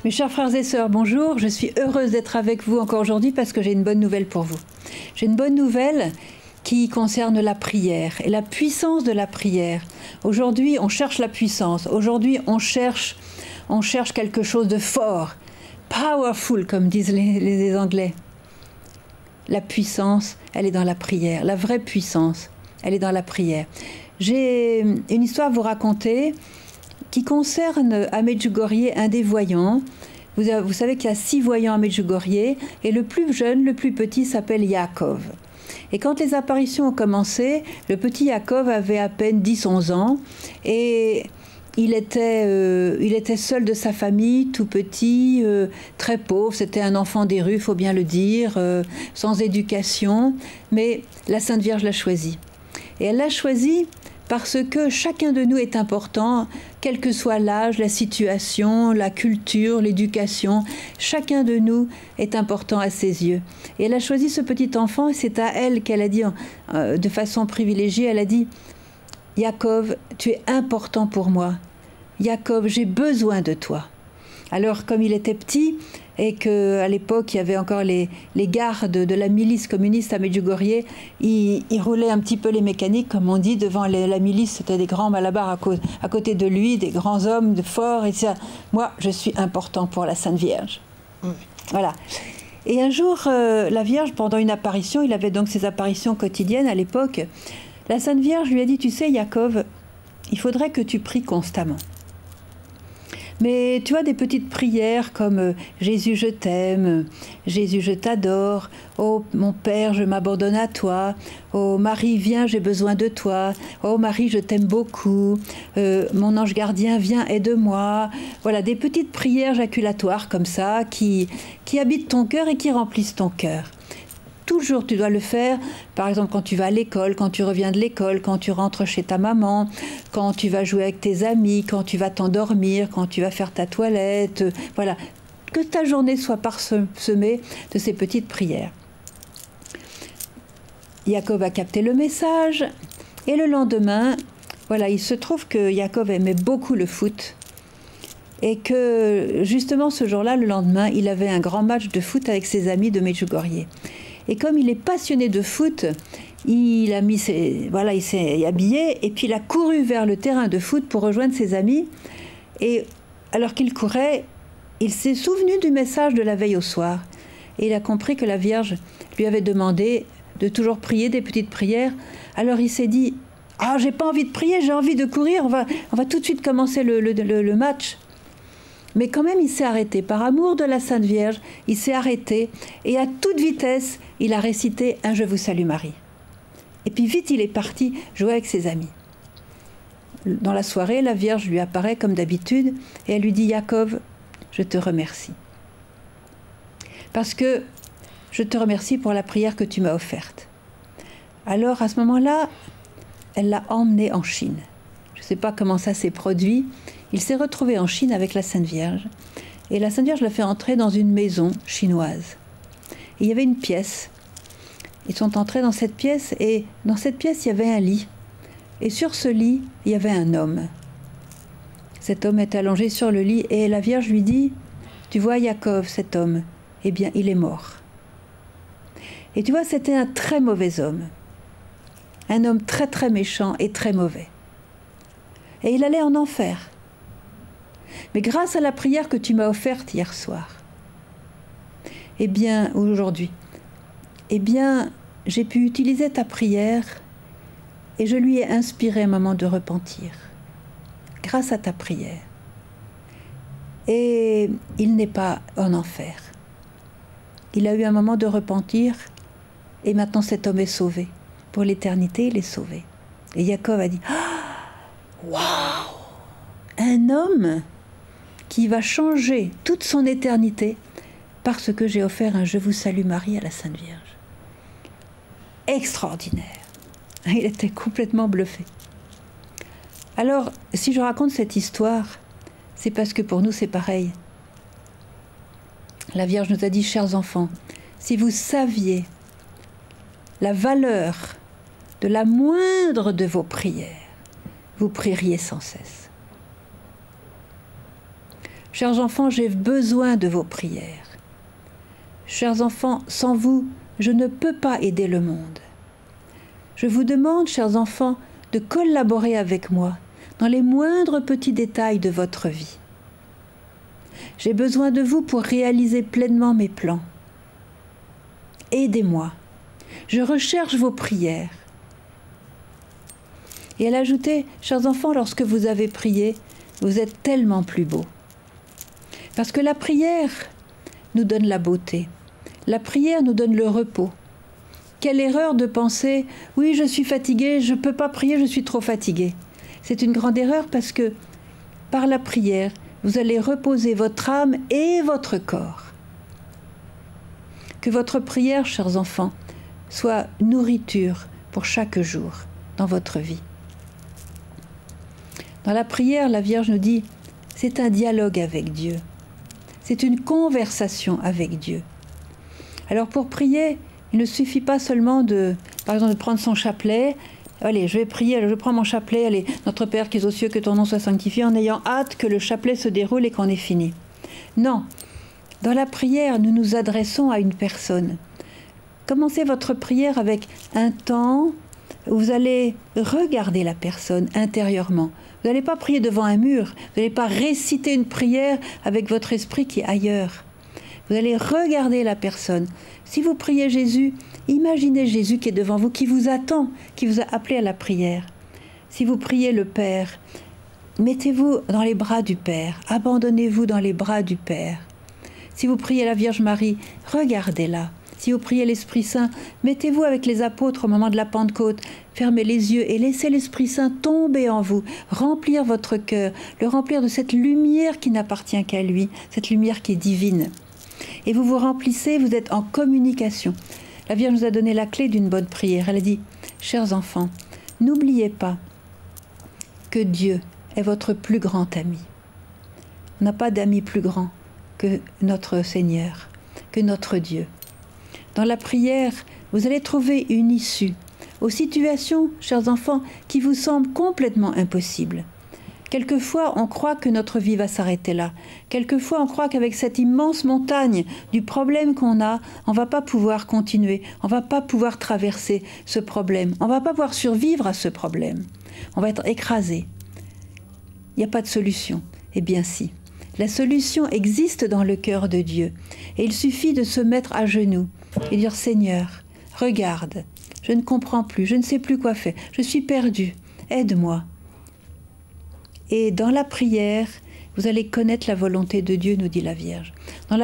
Mes chers frères et sœurs, bonjour. Je suis heureuse d'être avec vous encore aujourd'hui parce que j'ai une bonne nouvelle pour vous. J'ai une bonne nouvelle qui concerne la prière et la puissance de la prière. Aujourd'hui, on cherche la puissance. Aujourd'hui, on cherche quelque chose de fort. Powerful, comme disent les Anglais. La puissance, elle est dans la prière. La vraie puissance, elle est dans la prière. J'ai une histoire à vous raconter qui concerne à Medjugorje un des voyants. Vous savez qu'il y a 6 voyants à Medjugorje et le plus jeune, le plus petit, s'appelle Yaakov. Et quand les apparitions ont commencé, le petit Yaakov avait à peine 10-11 ans et il était seul de sa famille, tout petit, très pauvre. C'était un enfant des rues, il faut bien le dire, sans éducation. Mais la Sainte Vierge l'a choisi. Et elle l'a choisi parce que chacun de nous est important, quel que soit l'âge, la situation, la culture, l'éducation. Chacun de nous est important à ses yeux. Et elle a choisi ce petit enfant et c'est à elle qu'elle a dit, de façon privilégiée, elle a dit « Yaakov, tu es important pour moi. Yaakov, j'ai besoin de toi. » Alors, comme il était petit et qu'à l'époque, il y avait encore les gardes de la milice communiste à Medjugorje, il roulait un petit peu les mécaniques, comme on dit, devant la milice. C'était des grands malabars à côté de lui, des grands hommes forts. Et ça. Moi, je suis important pour la Sainte Vierge. Voilà. Et un jour, la Vierge, pendant une apparition, il avait donc ses apparitions quotidiennes à l'époque, la Sainte Vierge lui a dit « Tu sais, Yaakov, il faudrait que tu pries constamment. » Mais tu as des petites prières comme « Jésus, je t'aime »,« Jésus, je t'adore »,« Oh, mon Père, je m'abandonne à toi »,« Oh, Marie, viens, j'ai besoin de toi »,« Oh, Marie, je t'aime beaucoup »,« Mon ange gardien, viens, aide-moi ». Voilà, des petites prières jaculatoires comme ça qui habitent ton cœur et qui remplissent ton cœur. Toujours, tu dois le faire, par exemple, quand tu vas à l'école, quand tu reviens de l'école, quand tu rentres chez ta maman, quand tu vas jouer avec tes amis, quand tu vas t'endormir, quand tu vas faire ta toilette. Voilà, que ta journée soit parsemée de ces petites prières. Yaakov a capté le message et le lendemain, voilà, il se trouve que Yaakov aimait beaucoup le foot et que justement ce jour-là, le lendemain, il avait un grand match de foot avec ses amis de Medjugorje. Et comme il est passionné de foot, il s'est habillé et puis il a couru vers le terrain de foot pour rejoindre ses amis. Et alors qu'il courait, il s'est souvenu du message de la veille au soir. Et il a compris que la Vierge lui avait demandé de toujours prier des petites prières. Alors il s'est dit « Ah, j'ai pas envie de prier, j'ai envie de courir, on va tout de suite commencer le match ». Mais quand même, il s'est arrêté. Par amour de la Sainte Vierge, il s'est arrêté et à toute vitesse, il a récité un « Je vous salue Marie ». Et puis vite, il est parti jouer avec ses amis. Dans la soirée, la Vierge lui apparaît comme d'habitude et elle lui dit « Yaakov, je te remercie. Parce que je te remercie pour la prière que tu m'as offerte. » Alors, à ce moment-là, elle l'a emmené en Chine. Je ne sais pas comment ça s'est produit. Il s'est retrouvé en Chine avec la Sainte Vierge. Et la Sainte Vierge l'a fait entrer dans une maison chinoise. Et il y avait une pièce. Ils sont entrés dans cette pièce et dans cette pièce, il y avait un lit. Et sur ce lit, il y avait un homme. Cet homme était allongé sur le lit et la Vierge lui dit « Tu vois Yaakov, cet homme, eh bien, il est mort. » Et tu vois, c'était un très mauvais homme. Un homme très très méchant et très mauvais. Et il allait en enfer. Mais grâce à la prière que tu m'as offerte hier soir, eh bien, ou aujourd'hui, eh bien, j'ai pu utiliser ta prière et je lui ai inspiré un moment de repentir, grâce à ta prière. Et il n'est pas en enfer. Il a eu un moment de repentir et maintenant cet homme est sauvé. Pour l'éternité, il est sauvé. Et Yaakov a dit « Waouh ! Un homme qui va changer toute son éternité parce que j'ai offert un « Je vous salue Marie » à la Sainte Vierge. » Extraordinaire. Il était complètement bluffé. Alors, si je raconte cette histoire, c'est parce que pour nous, c'est pareil. La Vierge nous a dit « Chers enfants, si vous saviez la valeur de la moindre de vos prières, vous prieriez sans cesse. » Chers enfants, j'ai besoin de vos prières. Chers enfants, sans vous, je ne peux pas aider le monde. Je vous demande, chers enfants, de collaborer avec moi dans les moindres petits détails de votre vie. J'ai besoin de vous pour réaliser pleinement mes plans. Aidez-moi. Je recherche vos prières. Et elle ajoutait, chers enfants, lorsque vous avez prié, vous êtes tellement plus beaux. Parce que la prière nous donne la beauté. La prière nous donne le repos. Quelle erreur de penser, oui, je suis fatigué, je ne peux pas prier, je suis trop fatigué. C'est une grande erreur parce que par la prière, vous allez reposer votre âme et votre corps. Que votre prière, chers enfants, soit nourriture pour chaque jour dans votre vie. Dans la prière, la Vierge nous dit, c'est un dialogue avec Dieu. C'est une conversation avec Dieu. Alors pour prier, il ne suffit pas seulement par exemple, de prendre son chapelet. Allez, je vais prier, alors je prends mon chapelet, allez, Notre Père qui es aux cieux, que ton nom soit sanctifié, en ayant hâte que le chapelet se déroule et qu'on ait fini. Non, dans la prière, nous nous adressons à une personne. Commencez votre prière avec un temps où vous allez regarder la personne intérieurement. Vous n'allez pas prier devant un mur, vous n'allez pas réciter une prière avec votre esprit qui est ailleurs. Vous allez regarder la personne. Si vous priez Jésus, imaginez Jésus qui est devant vous, qui vous attend, qui vous a appelé à la prière. Si vous priez le Père, mettez-vous dans les bras du Père, abandonnez-vous dans les bras du Père. Si vous priez la Vierge Marie, regardez-la. Si vous priez l'Esprit Saint, mettez-vous avec les apôtres au moment de la Pentecôte, fermez les yeux et laissez l'Esprit Saint tomber en vous, remplir votre cœur, le remplir de cette lumière qui n'appartient qu'à lui, cette lumière qui est divine. Et vous vous remplissez, vous êtes en communication. La Vierge nous a donné la clé d'une bonne prière. Elle a dit, chers enfants, n'oubliez pas que Dieu est votre plus grand ami. On n'a pas d'ami plus grand que notre Seigneur, que notre Dieu. Dans la prière, vous allez trouver une issue aux situations, chers enfants, qui vous semblent complètement impossibles. Quelquefois, on croit que notre vie va s'arrêter là. Quelquefois, on croit qu'avec cette immense montagne du problème qu'on a, on ne va pas pouvoir continuer, on ne va pas pouvoir traverser ce problème, on ne va pas pouvoir survivre à ce problème. On va être écrasé. Il n'y a pas de solution. Eh bien si. La solution existe dans le cœur de Dieu. Et il suffit de se mettre à genoux et dire, Seigneur, regarde, je ne comprends plus, je ne sais plus quoi faire, je suis perdu, aide-moi. Et dans la prière, vous allez connaître la volonté de Dieu, nous dit la Vierge. Dans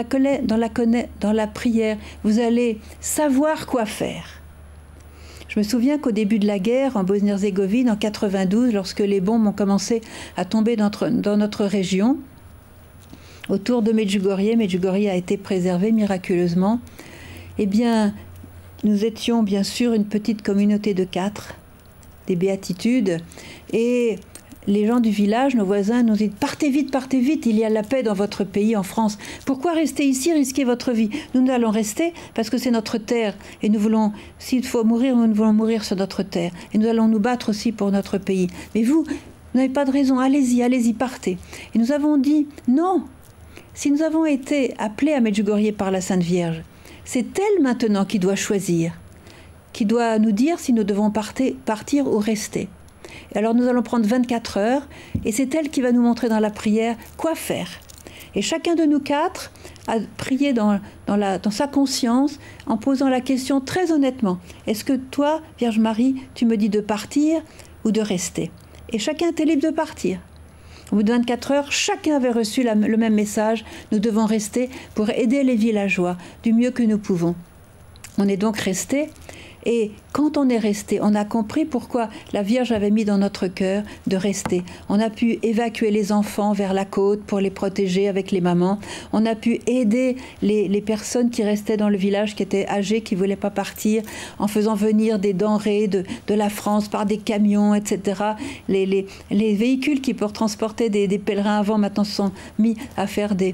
la prière, vous allez savoir quoi faire. Je me souviens qu'au début de la guerre, en Bosnie-Herzégovine, en 92, lorsque les bombes ont commencé à tomber dans notre région, autour de Medjugorje a été préservé miraculeusement, eh bien, nous étions bien sûr une petite communauté de 4, des béatitudes, et les gens du village, nos voisins, nous disent « Partez vite, il y a la paix dans votre pays, en France. Pourquoi rester ici, risquer votre vie ?» Nous allons rester parce que c'est notre terre. Et nous voulons, s'il faut mourir, nous voulons mourir sur notre terre. Et nous allons nous battre aussi pour notre pays. Mais vous n'avez pas de raison, allez-y, partez. Et nous avons dit « Non !» Si nous avons été appelés à Medjugorje par la Sainte Vierge, c'est elle maintenant qui doit choisir, qui doit nous dire si nous devons partir ou rester. Et alors nous allons prendre 24 heures et c'est elle qui va nous montrer dans la prière quoi faire. Et chacun de nous 4 a prié dans sa conscience en posant la question très honnêtement. Est-ce que toi, Vierge Marie, tu me dis de partir ou de rester? Et chacun était libre de partir. Au bout de 24 heures, chacun avait reçu le même message. Nous devons rester pour aider les villageois du mieux que nous pouvons. On est donc restés. Et quand on est resté, on a compris pourquoi la Vierge avait mis dans notre cœur de rester. On a pu évacuer les enfants vers la côte pour les protéger avec les mamans. On a pu aider les personnes qui restaient dans le village, qui étaient âgées, qui ne voulaient pas partir, en faisant venir des denrées de la France par des camions, etc. Les véhicules qui pour transporter des pèlerins avant, maintenant se sont mis à faire des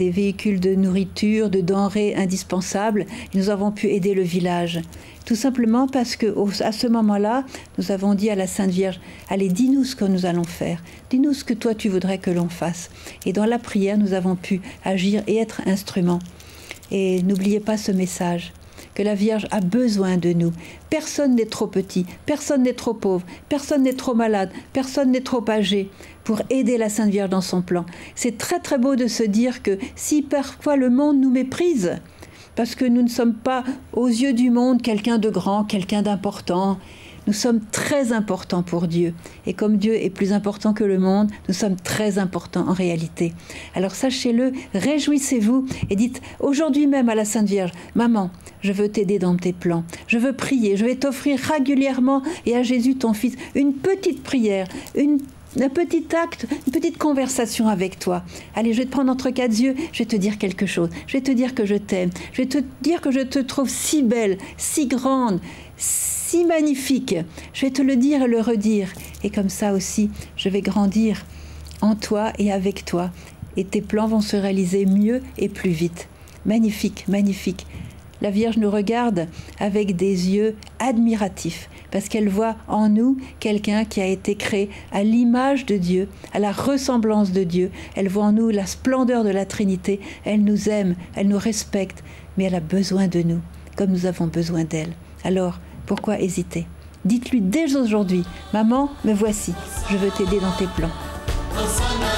véhicules de nourriture, de denrées indispensables. Et nous avons pu aider le village. Tout simplement simplement parce que à ce moment-là, nous avons dit à la Sainte Vierge, allez, dis-nous ce que nous allons faire, dis-nous ce que toi tu voudrais que l'on fasse. Et dans la prière, nous avons pu agir et être instruments. Et n'oubliez pas ce message, que la Vierge a besoin de nous. Personne n'est trop petit, personne n'est trop pauvre, personne n'est trop malade, personne n'est trop âgé pour aider la Sainte Vierge dans son plan. C'est très très beau de se dire que si parfois le monde nous méprise, parce que nous ne sommes pas aux yeux du monde quelqu'un de grand, quelqu'un d'important, nous sommes très importants pour Dieu. Et comme Dieu est plus important que le monde, nous sommes très importants en réalité. Alors sachez-le, réjouissez-vous et dites aujourd'hui même à la Sainte Vierge, maman, je veux t'aider dans tes plans. Je veux prier, je vais t'offrir régulièrement et à Jésus ton Fils une petite prière, un petit acte, une petite conversation avec toi. Allez, je vais te prendre entre quatre yeux, je vais te dire quelque chose. Je vais te dire que je t'aime. Je vais te dire que je te trouve si belle, si grande, si magnifique. Je vais te le dire et le redire. Et comme ça aussi, je vais grandir en toi et avec toi. Et tes plans vont se réaliser mieux et plus vite. Magnifique, magnifique. La Vierge nous regarde avec des yeux admiratifs, parce qu'elle voit en nous quelqu'un qui a été créé à l'image de Dieu, à la ressemblance de Dieu. Elle voit en nous la splendeur de la Trinité. Elle nous aime, elle nous respecte, mais elle a besoin de nous, comme nous avons besoin d'elle. Alors, pourquoi hésiter? Dites-lui dès aujourd'hui, maman, me voici, je veux t'aider dans tes plans.